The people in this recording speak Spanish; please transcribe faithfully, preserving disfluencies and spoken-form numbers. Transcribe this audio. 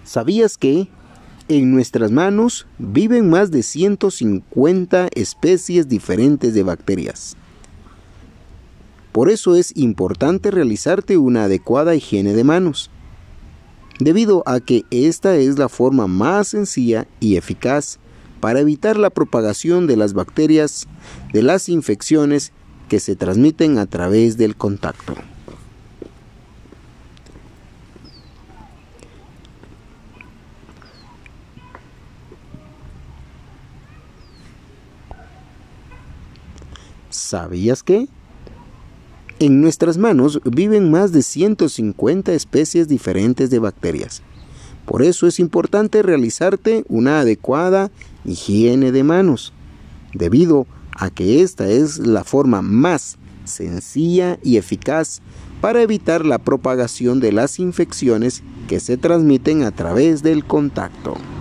¿Sabías que en nuestras manos viven más de ciento cincuenta especies diferentes de bacterias? Por eso es importante realizarte una adecuada higiene de manos, debido a que esta es la forma más sencilla y eficaz para evitar la propagación de las bacterias de las infecciones que se transmiten a través del contacto. ¿Sabías que? En nuestras manos viven más de ciento cincuenta especies diferentes de bacterias. Por eso es importante realizarte una adecuada higiene de manos, debido a que esta es la forma más sencilla y eficaz para evitar la propagación de las infecciones que se transmiten a través del contacto.